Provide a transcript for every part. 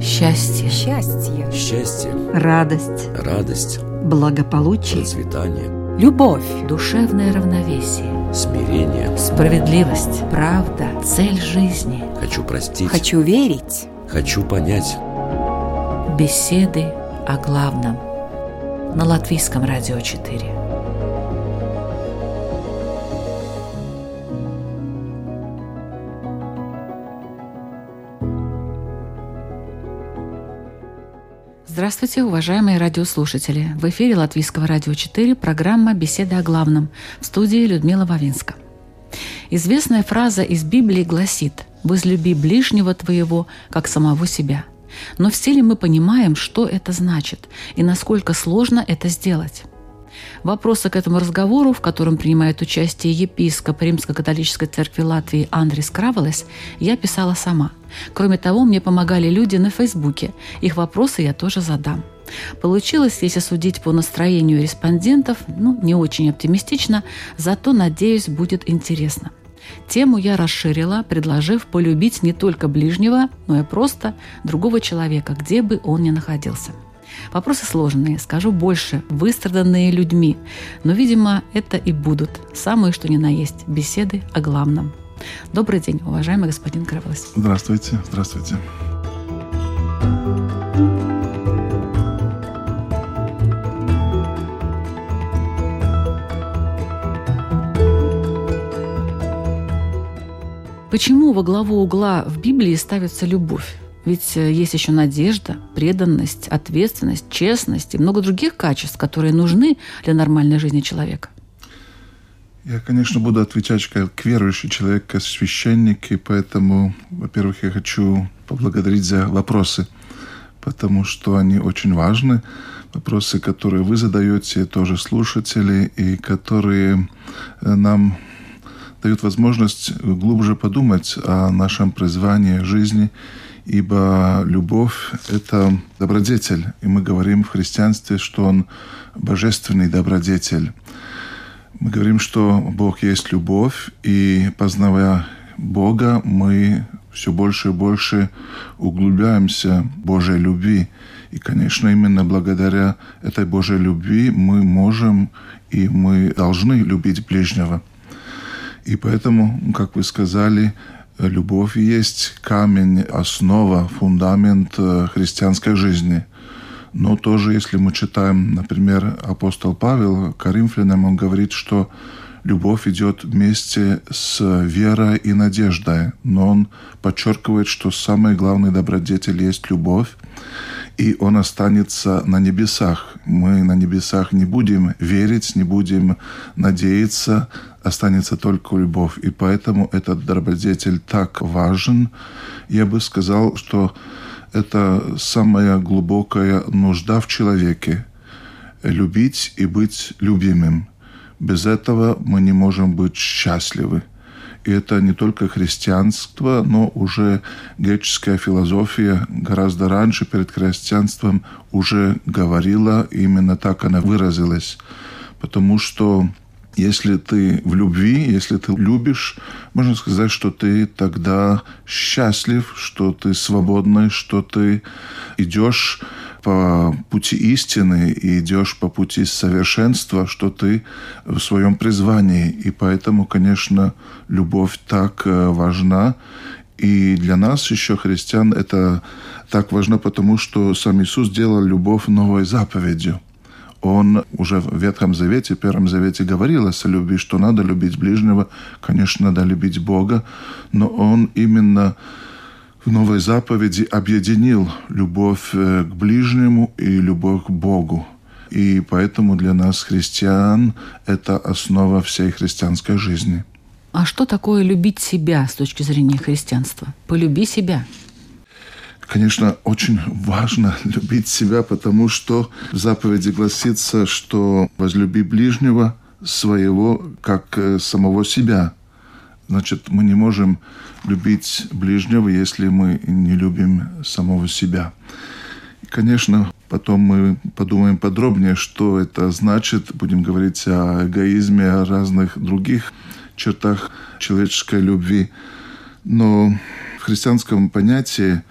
Счастье. Счастье. Счастье. Радость. Радость. Благополучие. Процветание. Любовь. Душевное равновесие. Смирение. Справедливость. Правда. Цель жизни. Хочу простить. Хочу верить. Хочу понять. Беседы о главном. На Латвийском радио 4. Здравствуйте, уважаемые радиослушатели! В эфире Латвийского радио 4 программа «Беседы о главном». В студии Людмила Вавинска. Известная фраза из Библии гласит: «Возлюби ближнего твоего, как самого себя». Но все ли мы понимаем, что это значит и насколько сложно это сделать? Вопросы к этому разговору, в котором принимает участие епископ Римско-католической церкви Латвии Андрис Кравелес, я писала сама. Кроме того, мне помогали люди на Фейсбуке. Их вопросы я тоже задам. Получилось, если судить по настроению респондентов, не очень оптимистично, зато, надеюсь, будет интересно. Тему я расширила, предложив полюбить не только ближнего, но и просто другого человека, где бы он ни находился. Вопросы сложные, скажу больше, выстраданные людьми, но, видимо, это и будут самые что ни на есть беседы о главном. Добрый день, уважаемый господин Кравелес. Здравствуйте, здравствуйте. Почему во главу угла в Библии ставится любовь? Ведь есть еще надежда, преданность, ответственность, честность и много других качеств, которые нужны для нормальной жизни человека. Я, конечно, буду отвечать как верующий человек, как священник, и поэтому, во-первых, я хочу поблагодарить за вопросы, потому что они очень важны. Вопросы, которые вы задаете, тоже слушатели, и которые нам дают возможность глубже подумать о нашем призвании жизни, ибо любовь – это добродетель. И мы говорим в христианстве, что он божественный добродетель. Мы говорим, что Бог есть любовь, и, познавая Бога, мы все больше и больше углубляемся в Божьей любви. И, конечно, именно благодаря этой Божьей любви мы можем и мы должны любить ближнего. И поэтому, как вы сказали, любовь есть камень, основа, фундамент христианской жизни. Но тоже, если мы читаем, например, апостол Павел Коринфянам, он говорит, что любовь идет вместе с верой и надеждой. Но он подчеркивает, что самый главный добродетель есть любовь, и он останется на небесах. Мы на небесах не будем верить, не будем надеяться, останется только любовь. И поэтому этот добродетель так важен. Я бы сказал, что это самая глубокая нужда в человеке – любить и быть любимым. Без этого мы не можем быть счастливы. И это не только христианство, но уже греческая философия гораздо раньше, перед христианством, уже говорила, именно так она выразилась. Потому что если ты в любви, если ты любишь, можно сказать, что ты тогда счастлив, что ты свободный, что ты идешь по пути истины и идешь по пути совершенства, что ты в своем призвании. И поэтому, конечно, любовь так важна. И для нас, еще христиан, это так важно, потому что сам Иисус сделал любовь новой заповедью. Он уже в Ветхом Завете, в Первом Завете говорилось о любви, что надо любить ближнего, конечно, надо любить Бога, но Он именно в новой заповеди объединил любовь к ближнему и любовь к Богу. И поэтому для нас, христиан, это основа всей христианской жизни. А что такое любить себя с точки зрения христианства? Полюби себя. Конечно, очень важно любить себя, потому что в заповеди гласится, что возлюби ближнего своего, как самого себя. Значит, мы не можем любить ближнего, если мы не любим самого себя. И, конечно, потом мы подумаем подробнее, что это значит. Будем говорить о эгоизме, о разных других чертах человеческой любви. Но в христианском понятии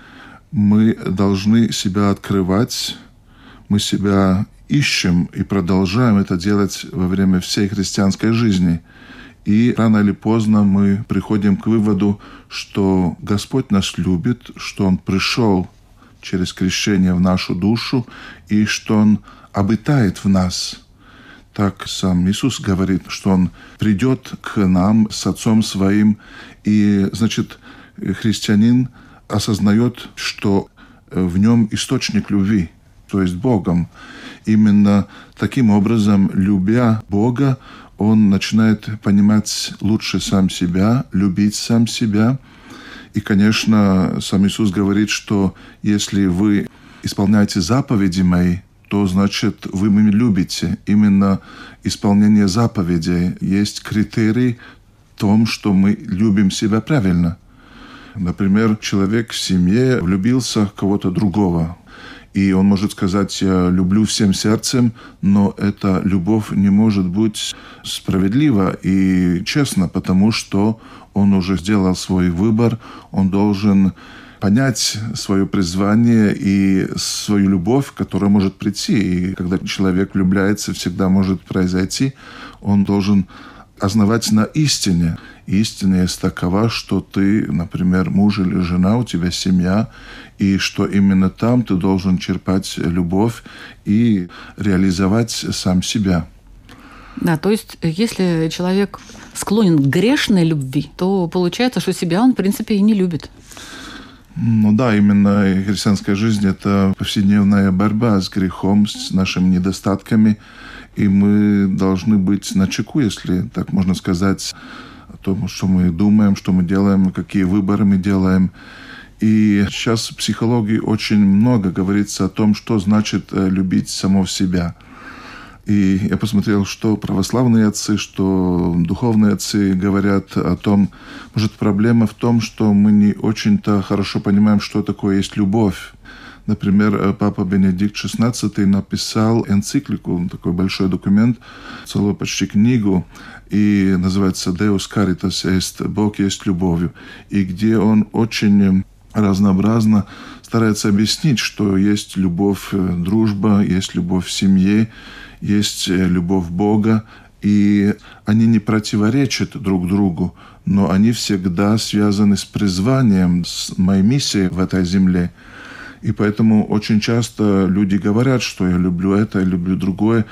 мы должны себя открывать, мы себя ищем и продолжаем это делать во время всей христианской жизни. И рано или поздно мы приходим к выводу, что Господь нас любит, что Он пришел через крещение в нашу душу и что Он обитает в нас. Так сам Иисус говорит, что Он придет к нам с Отцом Своим. И, значит, христианин осознает, что в нем источник любви, то есть Богом. Именно таким образом, любя Бога, он начинает понимать лучше сам себя, любить сам себя. И, конечно, сам Иисус говорит, что если вы исполняете заповеди мои, то, значит, вы меня любите. Именно исполнение заповедей есть критерий в том, что мы любим себя правильно. Например, человек в семье влюбился в кого-то другого. И он может сказать: «Я люблю всем сердцем», но эта любовь не может быть справедлива и честна, потому что он уже сделал свой выбор, он должен понять свое призвание и свою любовь, которая может прийти. И когда человек влюбляется, всегда может произойти, он должен основать на истине. Истина есть такова, что ты, например, муж или жена, у тебя семья, и что именно там ты должен черпать любовь и реализовать сам себя. Да, то есть, если человек склонен к грешной любви, то получается, что себя он, в принципе, и не любит. Ну да, именно христианская жизнь – это повседневная борьба с грехом, с нашими недостатками, и мы должны быть начеку, если так можно сказать, о том, что мы думаем, что мы делаем, какие выборы мы делаем. И сейчас в психологии очень много говорится о том, что значит любить самого себя. И я посмотрел, что православные отцы, что духовные отцы говорят о том, может, проблема в том, что мы не очень-то хорошо понимаем, что такое есть любовь. Например, папа Бенедикт XVI написал энциклику, такой большой документ, целую почти книгу, и называется «Deus Caritas est», «Бог есть любовью», и где он очень разнообразно старается объяснить, что есть любовь, дружба, есть любовь в семье, есть любовь Бога, и они не противоречат друг другу, но они всегда связаны с призванием, с моей миссией в этой земле. И поэтому очень часто люди говорят, что я люблю это, я люблю другое,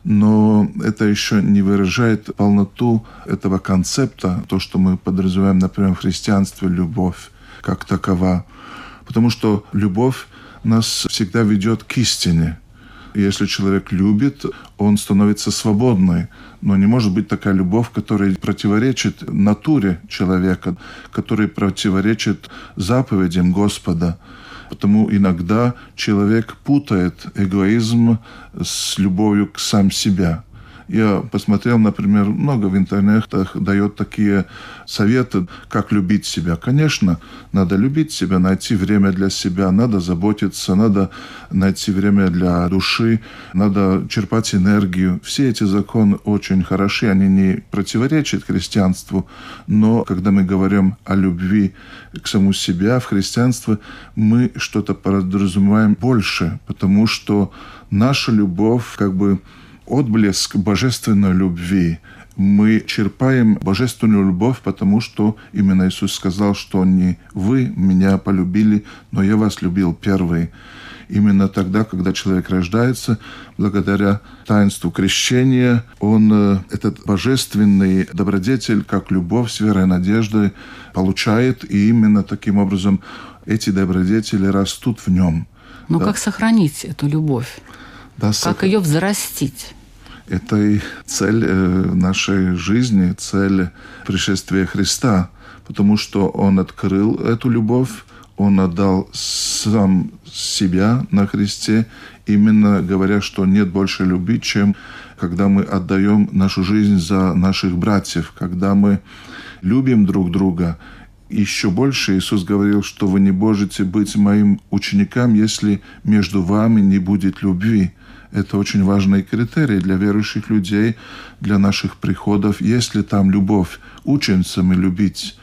но это еще не выражает полноту этого концепта, то, что мы подразумеваем, например, в христианстве, любовь как такова. Потому что любовь нас всегда ведет к истине. Если человек любит, он становится свободным. Но не может быть такая любовь, которая противоречит натуре человека, которая противоречит заповедям Господа. Потому иногда человек путает эгоизм с любовью к сам себя. Я посмотрел, например, много в интернетах дает такие советы, как любить себя. Конечно, надо любить себя, найти время для себя, надо заботиться, надо найти время для души, надо черпать энергию. Все эти законы очень хороши, они не противоречат христианству, но когда мы говорим о любви к самому себе в христианстве, мы что-то подразумеваем больше, потому что наша любовь как бы отблеск божественной любви. Мы черпаем божественную любовь, потому что именно Иисус сказал, что не вы меня полюбили, но я вас любил первый. Именно тогда, когда человек рождается, благодаря таинству крещения, он этот божественный добродетель, как любовь с верой и надеждой, получает, и именно таким образом эти добродетели растут в нем. Но как сохранить эту любовь? Да, как ее взрастить? Это и цель нашей жизни, цель пришествия Христа, потому что Он открыл эту любовь, Он отдал сам себя на Христе, именно говоря, что нет больше любви, чем когда мы отдаем нашу жизнь за наших братьев, когда мы любим друг друга. Еще больше Иисус говорил, что вы не можете быть моим учеником, если между вами не будет любви. Это очень важный критерий для верующих людей, для наших приходов. Если там любовь, учимся мы любить.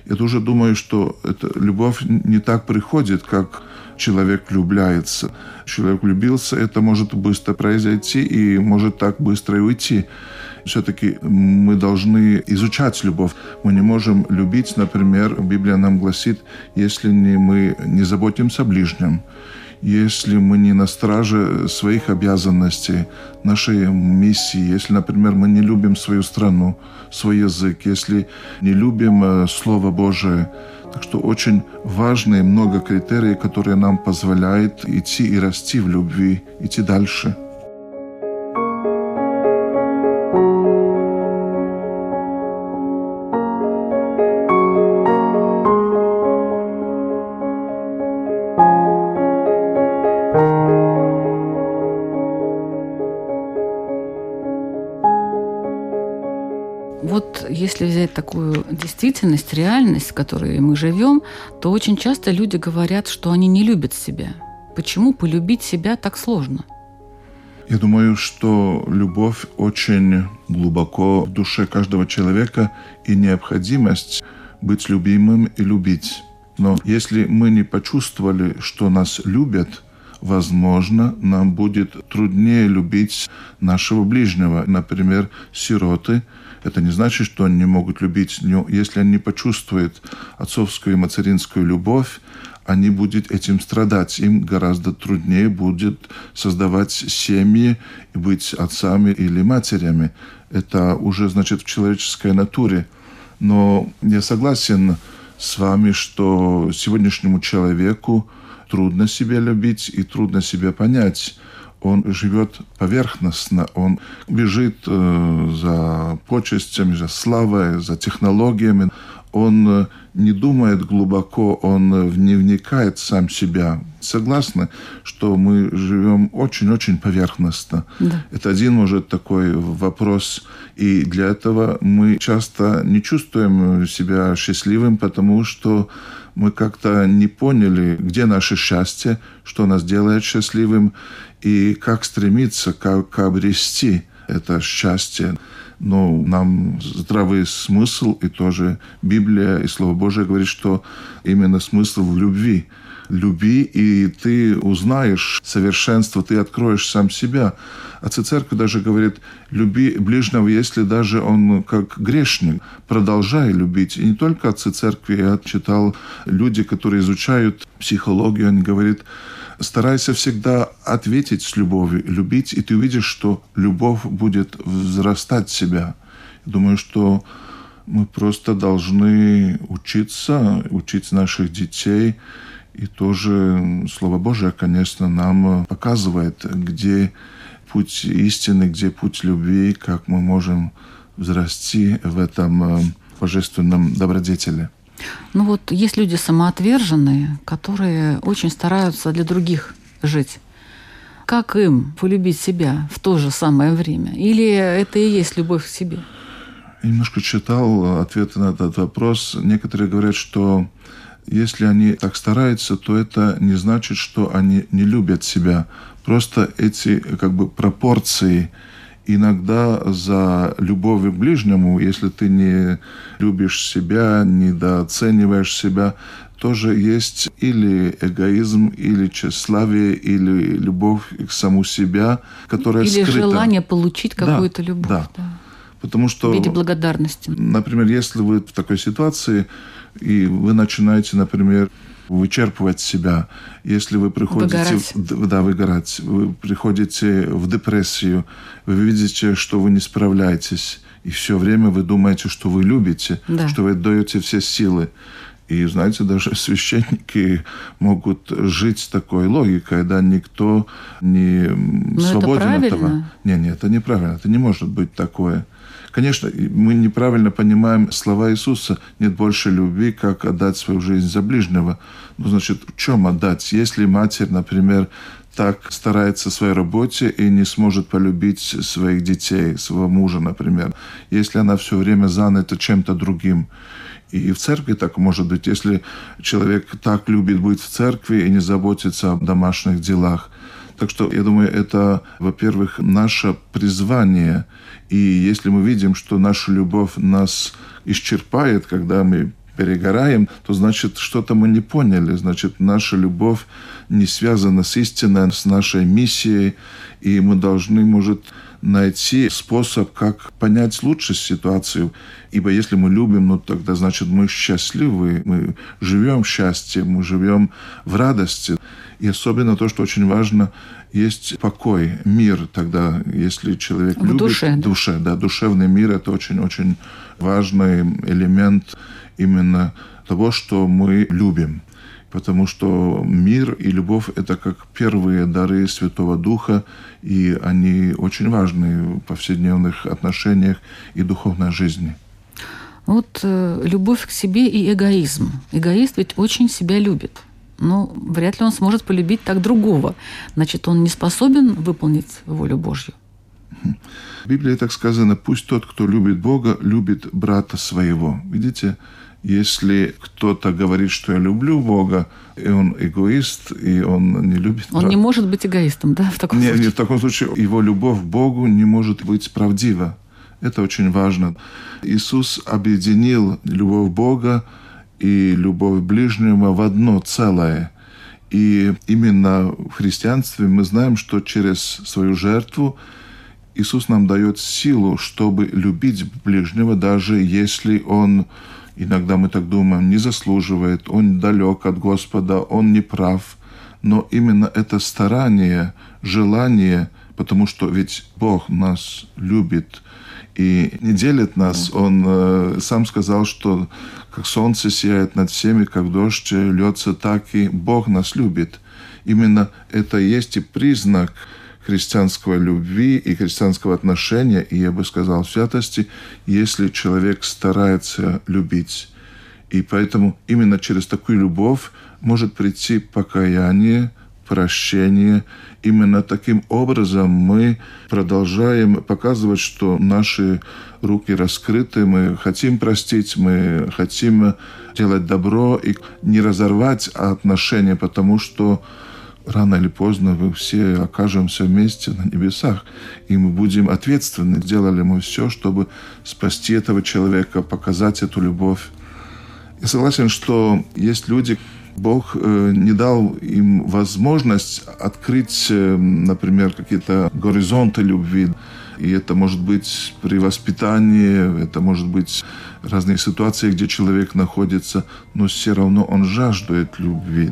Я тоже думаю, что эта любовь не так приходит, как человек влюбляется. Человек влюбился, это может быстро произойти и может так быстро и уйти. Все-таки мы должны изучать любовь. Мы не можем любить, например, Библия нам гласит, если мы не заботимся о ближнем, если мы не на страже своих обязанностей, нашей миссии, если, например, мы не любим свою страну, свой язык, если не любим Слово Божие. Так что очень важные много критериев, которые нам позволяют идти и расти в любви, идти дальше. Вот если взять такую действительность, реальность, в которой мы живем, то очень часто люди говорят, что они не любят себя. Почему полюбить себя так сложно? Я думаю, что любовь очень глубоко в душе каждого человека и необходимость быть любимым и любить. Но если мы не почувствовали, что нас любят, возможно, нам будет труднее любить нашего ближнего. Например, сироты. Это не значит, что они не могут любить, но если они не почувствуют отцовскую и материнскую любовь, они будут этим страдать. Им гораздо труднее будет создавать семьи и быть отцами или матерями. Это уже, значит, в человеческой натуре. Но я согласен с вами, что сегодняшнему человеку трудно себя любить и трудно себя понять. Он живет поверхностно, он бежит за почестями, за славой, за технологиями. Он не думает глубоко, он не вникает в сам себя. Согласны, что мы живем очень-очень поверхностно. Да. Это один, может, такой вопрос. И для этого мы часто не чувствуем себя счастливым, потому что мы как-то не поняли, где наше счастье, что нас делает счастливым, и как стремиться, как обрести это счастье. Но нам здравый смысл, и тоже Библия и Слово Божие говорит, что именно смысл в любви. Люби, и ты узнаешь совершенство, ты откроешь сам себя. Отцы Церкви даже говорит, люби ближнего, если даже он как грешник. Продолжай любить. И не только отцы Церкви, я читал люди, которые изучают психологию, они говорят, старайся всегда ответить с любовью, любить, и ты увидишь, что любовь будет взрастать в себя. Я думаю, что мы просто должны учиться, учить наших детей. И тоже Слово Божие, конечно, нам показывает, где путь истины, где путь любви, как мы можем взрасти в этом божественном добродетеле. Ну вот есть люди самоотверженные, которые очень стараются для других жить. Как им полюбить себя в то же самое время? Или это и есть любовь к себе? Я немножко читал ответы на этот вопрос. Некоторые говорят, что если они так стараются, то это не значит, что они не любят себя. Просто эти пропорции. Иногда за любовью к ближнему, если ты не любишь себя, недооцениваешь себя, тоже есть или эгоизм, или тщеславие, или любовь к саму себя, которая или скрыта. Или желание получить какую-то любовь. Да. Потому что, в виде благодарности. Например, если вы в такой ситуации, и вы начинаете, например, вычерпывать себя, если вы приходите... Выгорать. Вы приходите в депрессию, вы видите, что вы не справляетесь, и все время вы думаете, что вы любите, что вы отдаете все силы. И, знаете, даже священники могут жить с такой логикой, никто не свободен от этого. Нет, это неправильно, это не может быть такое. Конечно, мы неправильно понимаем слова Иисуса. Нет больше любви, как отдать свою жизнь за ближнего. Значит, в чем отдать? Если матерь, например, так старается в своей работе и не сможет полюбить своих детей, своего мужа, например, если она все время занята чем-то другим. И в церкви так может быть, если человек так любит быть в церкви и не заботится о домашних делах. Так что, я думаю, это, во-первых, наше призвание. И если мы видим, что наша любовь нас исчерпает, когда мы перегораем, то значит, что-то мы не поняли. Значит, наша любовь не связана с истиной, с нашей миссией, и мы должны, может, найти способ, как понять лучше ситуацию. Ибо если мы любим, ну тогда значит мы счастливы, мы живем в счастье, мы живем в радости. И особенно то, что очень важно, есть покой, мир тогда, если человек любит. Душе, да, душевный мир – это очень-очень важный элемент именно того, что мы любим. Потому что мир и любовь – это как первые дары Святого Духа, и они очень важны в повседневных отношениях и духовной жизни. Вот любовь к себе и эгоизм. Эгоист ведь очень себя любит. Но вряд ли он сможет полюбить так другого. Значит, он не способен выполнить волю Божью. В Библии так сказано: «Пусть тот, кто любит Бога, любит брата своего». Видите, если кто-то говорит, что я люблю Бога, и он эгоист, и он не любит брата. Он не может быть эгоистом, да, в таком случае? Нет, в таком случае его любовь к Богу не может быть правдива. Это очень важно. Иисус объединил любовь Бога и любовь ближнего в одно целое. И именно в христианстве мы знаем, что через свою жертву Иисус нам дает силу, чтобы любить ближнего, даже если он, иногда мы так думаем, не заслуживает, он далек от Господа, он не прав. Но именно это старание, желание, потому что ведь Бог нас любит и не делит нас. Он сам сказал, что как солнце сияет над всеми, как дождь льется, так и Бог нас любит. Именно это и есть и признак христианской любви и христианского отношения, и я бы сказал, святости, если человек старается любить. И поэтому именно через такую любовь может прийти покаяние, прощение. Именно таким образом мы продолжаем показывать, что наши руки раскрыты, мы хотим простить, мы хотим делать добро и не разорвать отношения, потому что рано или поздно мы все окажемся вместе на небесах, и мы будем ответственны. Сделали мы все, чтобы спасти этого человека, показать эту любовь. Я согласен, что есть люди, Бог не дал им возможность открыть, например, какие-то горизонты любви. И это может быть при воспитании, это может быть разные ситуации, где человек находится, но все равно он жаждет любви.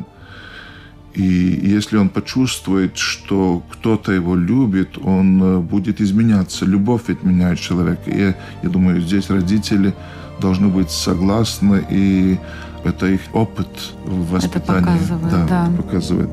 И если он почувствует, что кто-то его любит, он будет изменяться. Любовь ведь меняет человека. И я думаю, здесь родители должны быть согласны, и это их опыт в воспитании. Это показывает, да. Показывает.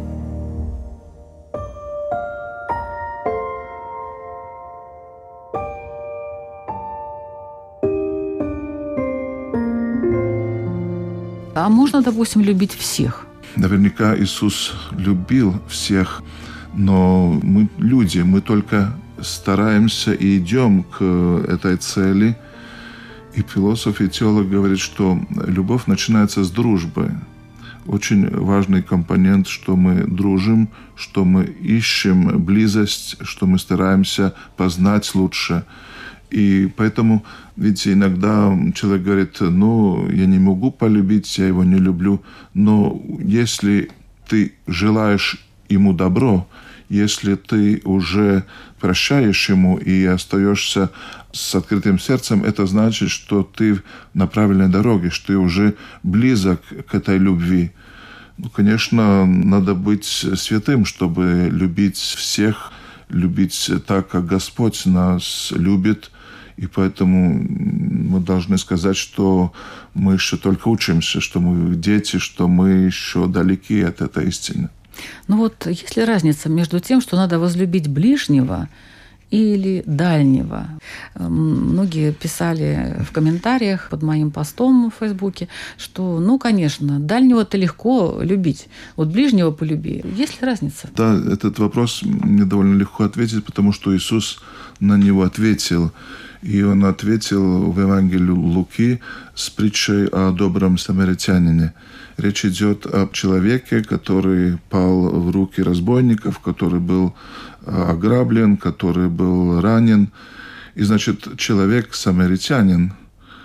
А можно, допустим, любить всех? Наверняка Иисус любил всех, но мы люди, мы только стараемся и идем к этой цели. И философ и теолог говорит, что любовь начинается с дружбы. Очень важный компонент, что мы дружим, что мы ищем близость, что мы стараемся познать лучше. И поэтому, видите, иногда человек говорит, я не могу полюбить, я его не люблю. Но если ты желаешь ему добро, если ты уже прощаешь ему и остаешься с открытым сердцем, это значит, что ты на правильной дороге, что ты уже близок к этой любви. Конечно, надо быть святым, чтобы любить всех, любить так, как Господь нас любит. И поэтому мы должны сказать, что мы еще только учимся, что мы дети, что мы еще далеки от этой истины. Есть ли разница между тем, что надо возлюбить ближнего или дальнего? Многие писали в комментариях под моим постом в Фейсбуке, что, конечно, дальнего-то легко любить, ближнего полюби. Есть ли разница? Да, этот вопрос мне довольно легко ответить, потому что Иисус на него ответил. И он ответил в Евангелии Луки с притчей о добром самаритянине. Речь идет о человеке, который пал в руки разбойников, который был ограблен, который был ранен. И, значит, человек, самаритянин,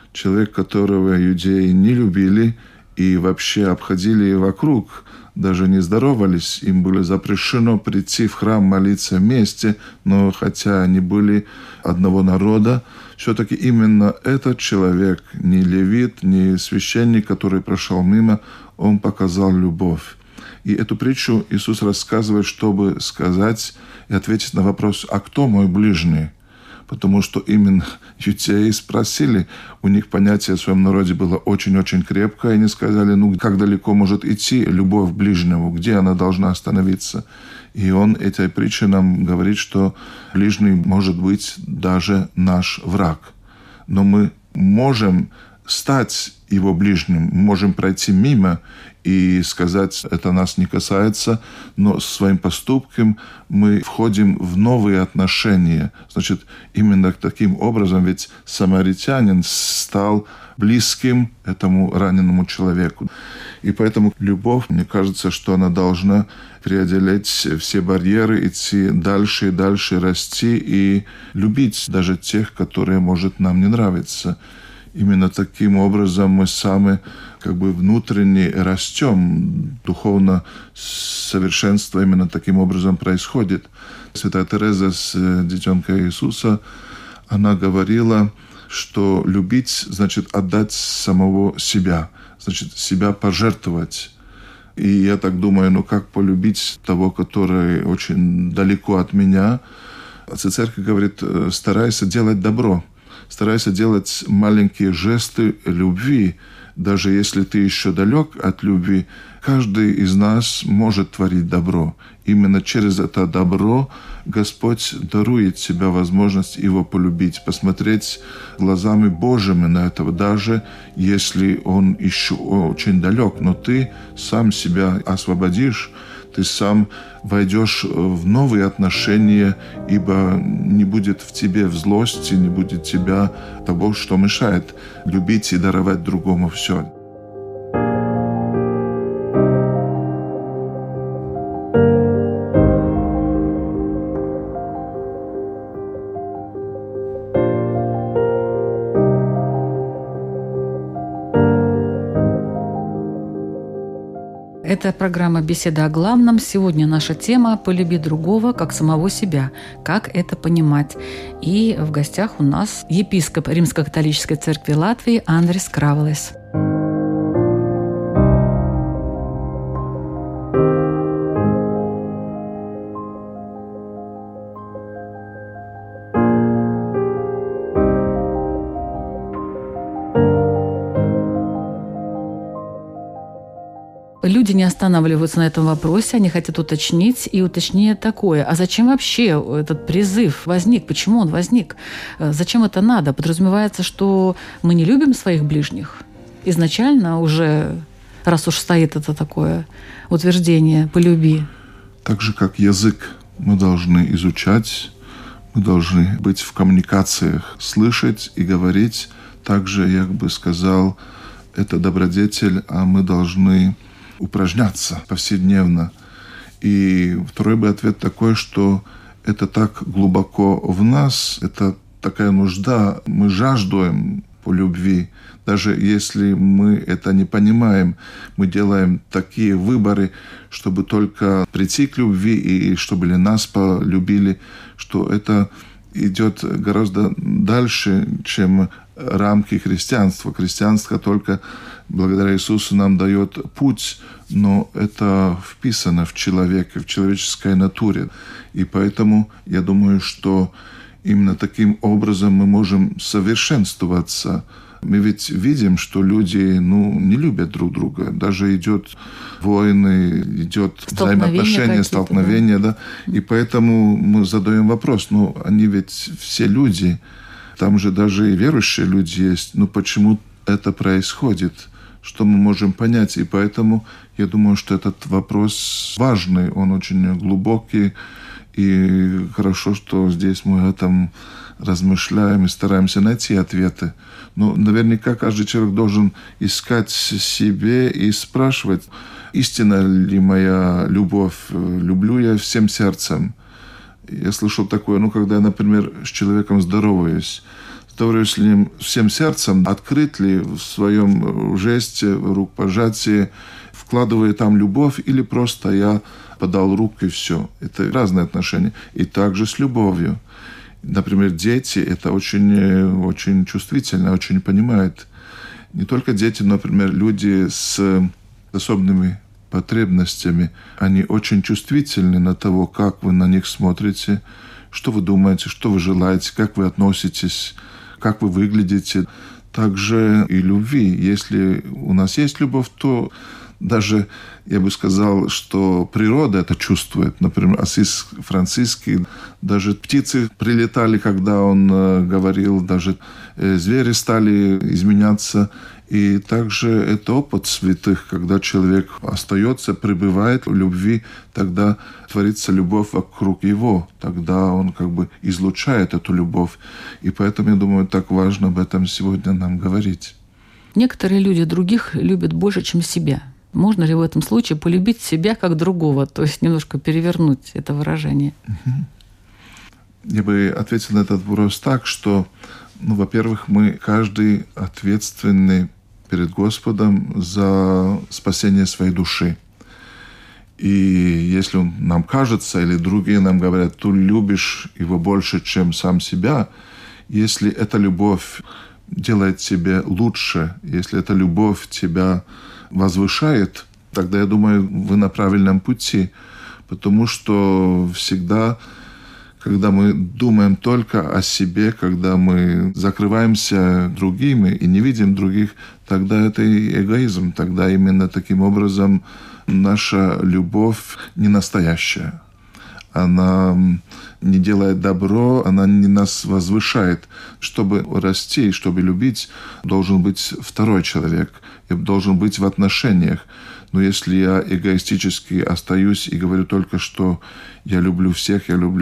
человек, которого иудеи не любили и вообще обходили вокруг, даже не здоровались. Им было запрещено прийти в храм молиться вместе, но хотя они были одного народа, все-таки именно этот человек, не левит, не священник, который прошел мимо, он показал любовь. И эту притчу Иисус рассказывает, чтобы сказать и ответить на вопрос: «А кто мой ближний?» Потому что именно иудеи спросили, у них понятие в своем народе было очень-очень крепкое, и они сказали: как далеко может идти любовь к ближнему, где она должна остановиться? И он этой притчей нам говорит, что ближний может быть даже наш враг. Но мы можем стать его ближним, можем пройти мимо и сказать: это нас не касается, но своим поступком мы входим в новые отношения. Значит, именно таким образом ведь самаритянин стал близким этому раненому человеку. И поэтому любовь, мне кажется, что она должна преодолеть все барьеры, идти дальше и дальше, расти и любить даже тех, которые, может, нам не нравятся. Именно таким образом мы сами внутренне растем, духовно совершенство именно таким образом происходит. Святая Тереза с детенка Иисуса, она говорила, что любить значит отдать самого себя, значит себя пожертвовать. И я так думаю, как полюбить того, который очень далеко от меня? Отец Церкви говорит: старайся делать добро. Старайся делать маленькие жесты любви, даже если ты еще далек от любви. Каждый из нас может творить добро. Именно через это добро Господь дарует тебе возможность его полюбить, посмотреть глазами Божьими на этого, даже если он еще очень далек. Но ты сам себя освободишь, ты сам войдешь в новые отношения, ибо не будет в тебе в злости, не будет тебя того, что мешает любить и даровать другому все. Это программа «Беседа о главном». Сегодня наша тема «Полюби другого, как самого себя». Как это понимать? И в гостях у нас епископ Римско-католической церкви Латвии Андрис Кравлес. Люди не останавливаются на этом вопросе, они хотят уточнить, и уточнее такое. А зачем вообще этот призыв возник? Почему он возник? Зачем это надо? Подразумевается, что мы не любим своих ближних? Изначально уже, раз уж стоит это такое утверждение «полюби». Так же, как язык мы должны изучать, мы должны быть в коммуникациях, слышать и говорить. Также, я бы сказал, это добродетель, а мы должны упражняться повседневно. И второй бы ответ такой, что это так глубоко в нас, это такая нужда, мы жаждуем по любви. Даже если мы это не понимаем, мы делаем такие выборы, чтобы только прийти к любви и чтобы нас полюбили, что это идет гораздо дальше, чем рамки христианства. Христианство только благодаря Иисусу нам дает путь, но это вписано в человека, в человеческой натуре. И поэтому я думаю, что именно таким образом мы можем совершенствоваться. Мы ведь видим, что люди не любят друг друга. Даже идет войны, идет взаимоотношения, столкновения. Да? И поэтому мы задаем вопрос, они ведь все люди. Там же даже и верующие люди есть. Почему это происходит? Что мы можем понять? И поэтому я думаю, что этот вопрос важный, он очень глубокий. И хорошо, что здесь мы о этом размышляем и стараемся найти ответы. Но наверняка каждый человек должен искать себе и спрашивать, истинна ли моя любовь, люблю я всем сердцем. Я слышал такое, когда я, например, с человеком здороваюсь, разговариваю с ним всем сердцем, открыт ли в своем жесте, рукопожатии, вкладывая там любовь, или просто я подал руку и все. Это разные отношения. И также с любовью. Например, дети это очень, очень чувствительно, очень понимают. Не только дети, но, например, люди с особенными потребностями, они очень чувствительны на того, как вы на них смотрите, что вы думаете, что вы желаете, как вы относитесь, как вы выглядите. Также и любви. Если у нас есть любовь, то даже, я бы сказал, что природа это чувствует. Например, Ассиз Франциский, даже птицы прилетали, когда он говорил, даже звери стали изменяться. И также это опыт святых, когда человек остается, пребывает в любви, тогда творится любовь вокруг его, тогда он как бы излучает эту любовь. И поэтому, я думаю, так важно об этом сегодня нам говорить. Некоторые люди других любят больше, чем себя. Можно ли в этом случае полюбить себя как другого, то есть немножко перевернуть это выражение? Я бы ответил на этот вопрос так, что, во-первых, мы каждый ответственный перед Господом за спасение своей души. И если нам кажется, или другие нам говорят, ты любишь его больше, чем сам себя, если эта любовь делает тебя лучше, если эта любовь тебя возвышает, тогда, я думаю, вы на правильном пути. Потому что всегда, когда мы думаем только о себе, когда мы закрываемся другими и не видим других, тогда это эгоизм. Тогда именно таким образом наша любовь не настоящая. Она не делает добро, она не нас возвышает. Чтобы расти, чтобы любить, должен быть второй человек. Я должен быть в отношениях. Но если я эгоистически остаюсь и говорю только, что я люблю всех,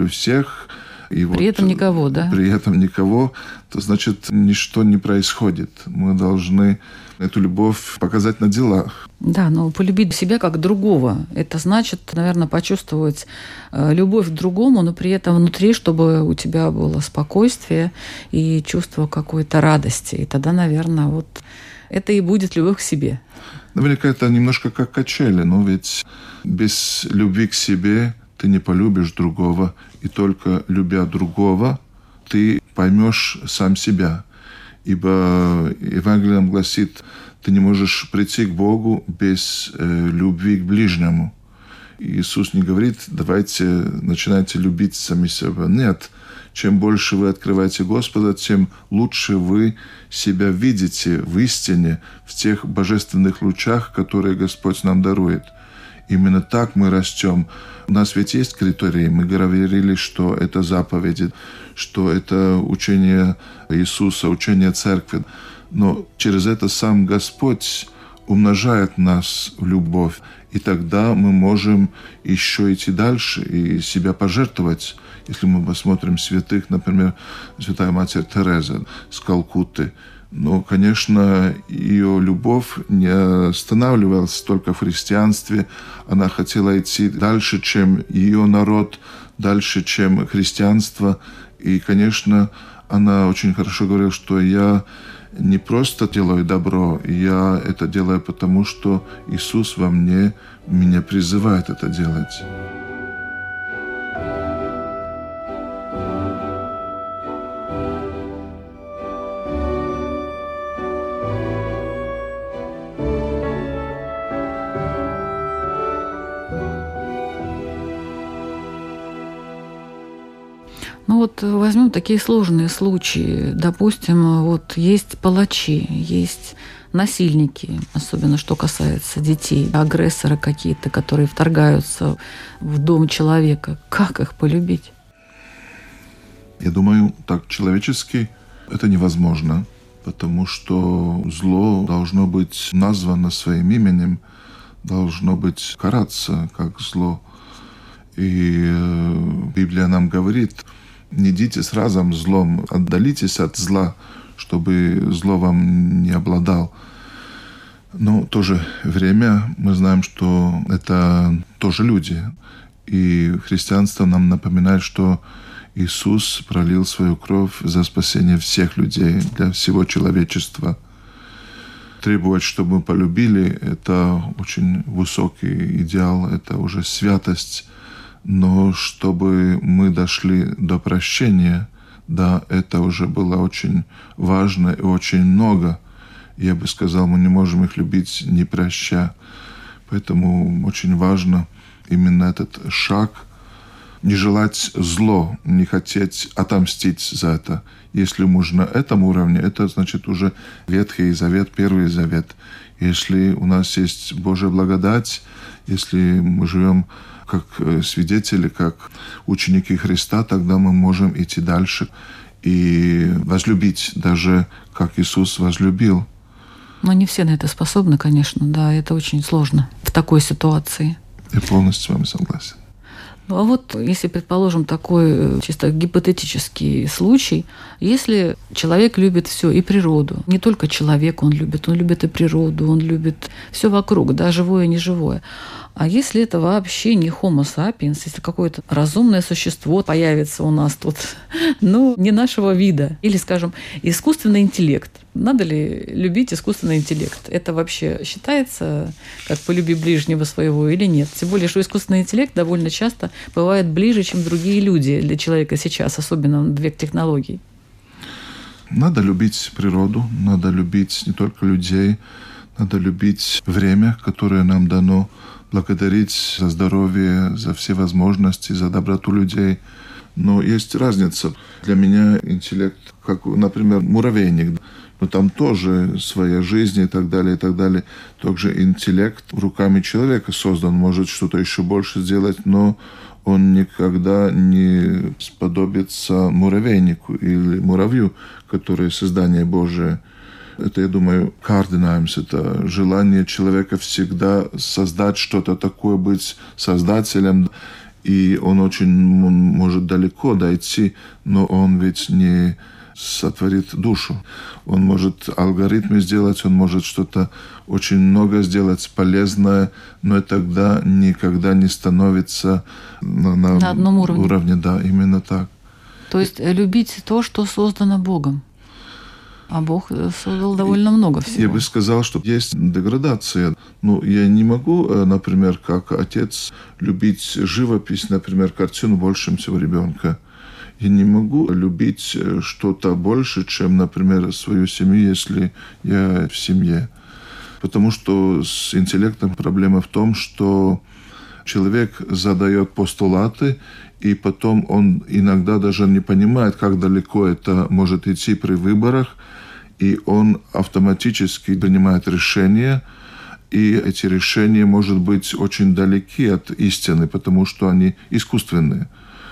и при этом никого, да? При этом никого, то значит ничто не происходит. Мы должны эту любовь показать на делах. Да, но полюбить себя как другого, это значит, наверное, почувствовать любовь к другому, но при этом внутри, чтобы у тебя было спокойствие и чувство какой-то радости. И тогда, наверное, вот это и будет любовь к себе. Наверняка это немножко как качели, но ведь без любви к себе ты не полюбишь другого, и только любя другого, ты поймешь сам себя. Ибо Евангелие гласит, ты не можешь прийти к Богу без любви к ближнему. Иисус не говорит, давайте начинайте любить сами себя. Нет, чем больше вы открываете Господа, тем лучше вы себя видите в истине, в тех божественных лучах, которые Господь нам дарует. Именно так мы растем. У нас ведь есть критерии. Мы говорили, что это заповеди, что это учение Иисуса, учение Церкви. Но через это сам Господь умножает нас в любовь. И тогда мы можем еще идти дальше и себя пожертвовать. Если мы посмотрим святых, например, святая Матерь Тереза с Калкутты, но, конечно, ее любовь не останавливалась только в христианстве. Она хотела идти дальше, чем ее народ, дальше, чем христианство. И, конечно, она очень хорошо говорила, что я не просто делаю добро, я это делаю потому, что Иисус во мне меня призывает это делать. Ну вот возьмем такие сложные случаи. Допустим, вот есть палачи, есть насильники, особенно что касается детей, агрессоры какие-то, которые вторгаются в дом человека. Как их полюбить? Я думаю, так человечески это невозможно, потому что зло должно быть названо своим именем, должно быть караться как зло. И Библия нам говорит, не идите с разом злом, отдалитесь от зла, чтобы зло вам не обладал. Но в то же время мы знаем, что это тоже люди. И христианство нам напоминает, что Иисус пролил свою кровь за спасение всех людей, для всего человечества. Требовать, чтобы мы полюбили, это очень высокий идеал, это уже святость. Но чтобы мы дошли до прощения, да, это уже было очень важно и очень много. Я бы сказал, мы не можем их любить, не проща. Поэтому очень важно именно этот шаг, не желать зло, не хотеть отомстить за это. Если можно на этом уровне, это значит уже Ветхий Завет, Первый Завет. Если у нас есть Божья благодать, если мы живем как свидетели, как ученики Христа, тогда мы можем идти дальше и возлюбить, даже как Иисус возлюбил. Но не все на это способны, конечно, да, это очень сложно в такой ситуации. Я полностью с вами согласен. Ну а вот если, предположим, такой чисто гипотетический случай, если человек любит все и природу, не только человека он любит и природу, он любит все вокруг, да, живое и неживое. А если это вообще не Homo sapiens, если какое-то разумное существо появится у нас тут, ну, не нашего вида, или, скажем, искусственный интеллект. Надо ли любить искусственный интеллект? Это вообще считается как «полюби ближнего своего» или нет? Тем более, что искусственный интеллект довольно часто бывает ближе, чем другие люди для человека сейчас, особенно в век технологий. Надо любить природу, надо любить не только людей, надо любить время, которое нам дано, благодарить за здоровье, за все возможности, за доброту людей. Но есть разница. Для меня интеллект, как, например, муравейник, но там тоже своя жизнь и так далее, и так далее. Также интеллект руками человека создан, может что-то еще больше сделать, но он никогда не сподобится муравейнику или муравью, которое создание Божие. Это, я думаю, кардинальность, это желание человека всегда создать что-то такое, быть создателем. И он очень может далеко дойти, но он ведь не сотворит душу. Он может алгоритмы сделать, он может что-то очень много сделать полезное, но это тогда никогда не становится на одном уровне. Да, именно так. То есть любить то, что создано Богом. А Бог создал довольно много всего. Я бы сказал, что есть деградация. Ну, я не могу, например, как отец, любить живопись, например, картину больше, чем своего ребенка. Я не могу любить что-то больше, чем, например, свою семью, если я в семье. Потому что с интеллектом проблема в том, что человек задает постулаты, и потом он иногда даже не понимает, как далеко это может идти при выборах, и он автоматически принимает решения, и эти решения, может быть, очень далеки от истины, потому что они искусственные.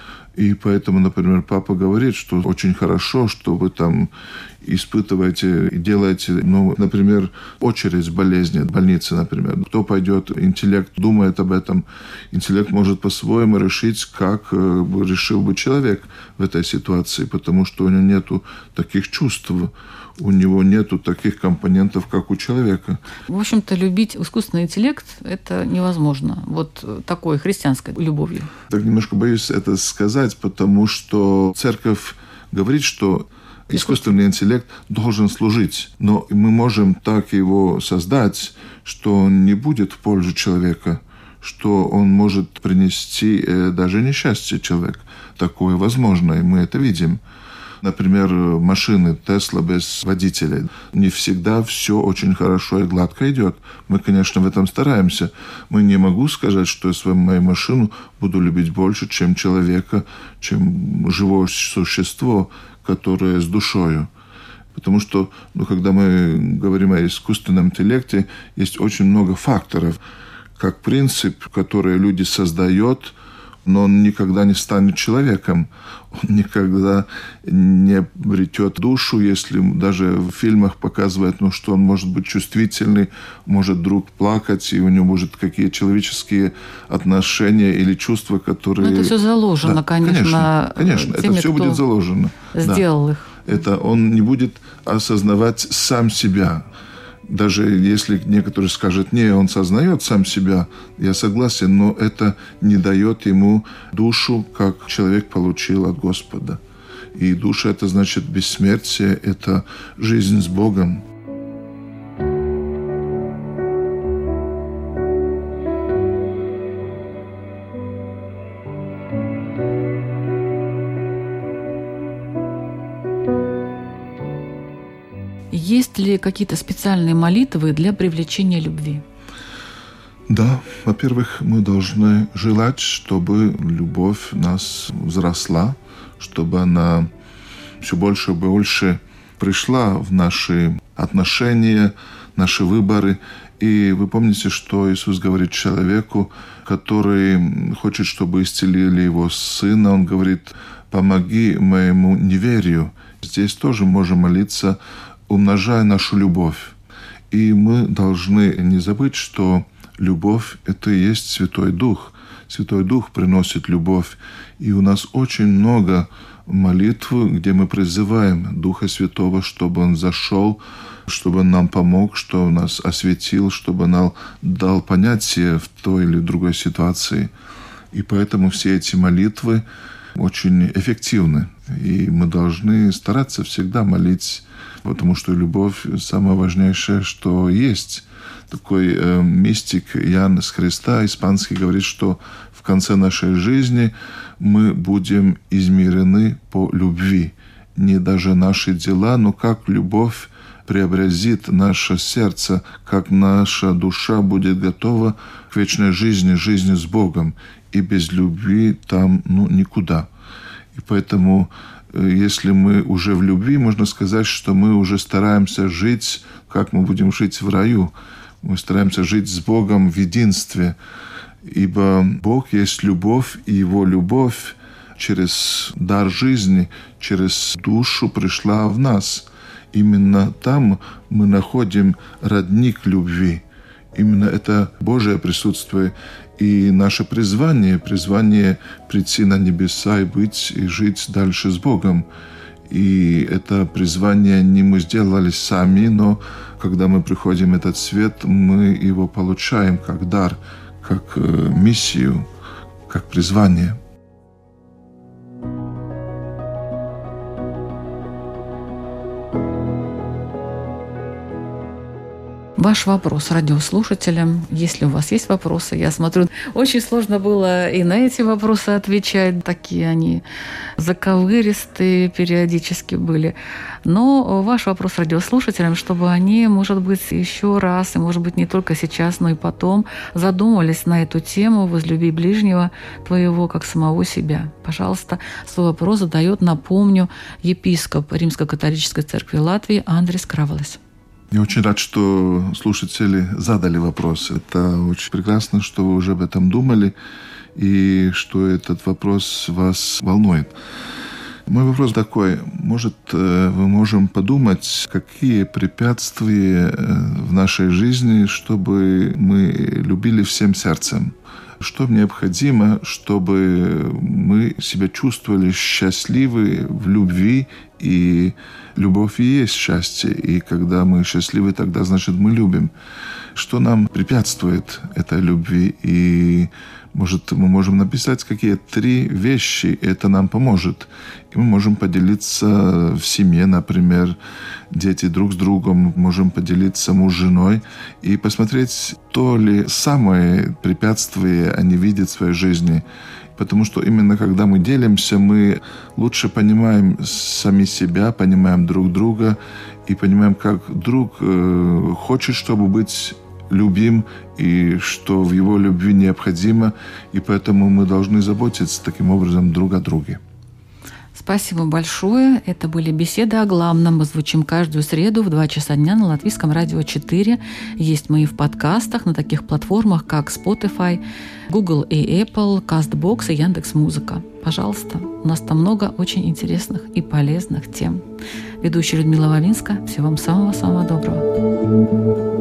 И поэтому, например, папа говорит, что очень хорошо, что вы там испытываете и делаете, ну, например, очередь болезни, больницы, например. Кто пойдет, интеллект думает об этом. Интеллект может по-своему решить, как решил бы человек в этой ситуации, потому что у него нету таких чувств, у него нету таких компонентов, как у человека. В общем-то, любить искусственный интеллект – это невозможно. Вот такой христианской любовью. Так немножко боюсь это сказать, потому что церковь говорит, что искусственный интеллект должен служить. Но мы можем так его создать, что он не будет в пользу человека, что он может принести даже несчастье человеку. Такое возможно, и мы это видим. Например, машины Tesla без водителя. Не всегда все очень хорошо и гладко идет. Мы, конечно, в этом стараемся. Мы не могу сказать, что я свою мою машину буду любить больше, чем человека, чем живое существо, которое с душою. Потому что, когда мы говорим о искусственном интеллекте, есть очень много факторов. Как принцип, который люди создают, но он никогда не станет человеком. Он никогда не обретет душу, если даже в фильмах показывают, что он может быть чувствительный, может вдруг плакать, и у него может какие человеческие отношения или чувства, которые... Но это все заложено, да, конечно. Конечно, теми, это все будет заложено. Сделал их. Это он не будет осознавать сам себя. Даже если некоторые скажут, не, он сознает сам себя, я согласен, но это не дает ему душу, как человек получил от Господа. И душа – это значит бессмертие, это жизнь с Богом. Есть ли какие-то специальные молитвы для привлечения любви? Да, во-первых, мы должны желать, чтобы любовь в нас взросла, чтобы она все больше и больше пришла в наши отношения, наши выборы. И вы помните, что Иисус говорит человеку, который хочет, чтобы исцелили его сына. Он говорит: «Помоги моему неверию». Здесь тоже можем молиться, умножая нашу любовь. И мы должны не забыть, что любовь – это и есть Святой Дух. Святой Дух приносит любовь. И у нас очень много молитв, где мы призываем Духа Святого, чтобы Он зашел, чтобы Он нам помог, чтобы Он нас осветил, чтобы Он дал понятие в той или другой ситуации. И поэтому все эти молитвы очень эффективны. И мы должны стараться всегда молить, потому что любовь – самое важнейшее, что есть. Такой мистик Ян с Христа, испанский, говорит, что в конце нашей жизни мы будем измерены по любви. Не даже наши дела, но как любовь преобразит наше сердце, как наша душа будет готова к вечной жизни, жизни с Богом. И без любви там никуда. И поэтому, если мы уже в любви, можно сказать, что мы уже стараемся жить, как мы будем жить в раю. Мы стараемся жить с Богом в единстве. Ибо Бог есть любовь, и Его любовь через дар жизни, через душу пришла в нас. Именно там мы находим родник любви. Именно это Божие присутствие и наше призвание прийти на небеса и быть, и жить дальше с Богом. И это призвание не мы сделали сами, но когда мы приходим в этот свет, мы его получаем как дар, как миссию, как призвание. Ваш вопрос радиослушателям, если у вас есть вопросы. Я смотрю, очень сложно было и на эти вопросы отвечать. Такие они заковыристые периодически были. Но ваш вопрос радиослушателям, чтобы они, может быть, еще раз, и, может быть, не только сейчас, но и потом задумались на эту тему «Возлюби ближнего твоего, как самого себя». Пожалуйста, свой вопрос задает, напомню, епископ Римско-католической церкви Латвии Андрис Кравалес. Я очень рад, что слушатели задали вопрос. Это очень прекрасно, что вы уже об этом думали и что этот вопрос вас волнует. Мой вопрос такой. Может, мы можем подумать, какие препятствия в нашей жизни, чтобы мы любили всем сердцем? Что необходимо, чтобы мы себя чувствовали счастливы в любви, и любовь и есть счастье, и когда мы счастливы, тогда значит мы любим. Что нам препятствует этой любви? И, может, мы можем написать какие 3 вещи, и это нам поможет. И мы можем поделиться в семье, например, дети друг с другом, можем поделиться муж с женой и посмотреть, то ли самые препятствия они видят в своей жизни. Потому что именно когда мы делимся, мы лучше понимаем сами себя, понимаем друг друга и понимаем, как друг хочет, чтобы быть любим, и что в его любви необходимо, и поэтому мы должны заботиться таким образом друг о друге. Спасибо большое. Это были беседы о главном. Мы звучим каждую среду в 2 часа дня на Латвийском радио 4. Есть мы и в подкастах на таких платформах, как Spotify, Google и Apple, CastBox и Яндекс.Музыка. Пожалуйста, у нас там много очень интересных и полезных тем. Ведущая Людмила Вавинска. Всего вам самого-самого доброго.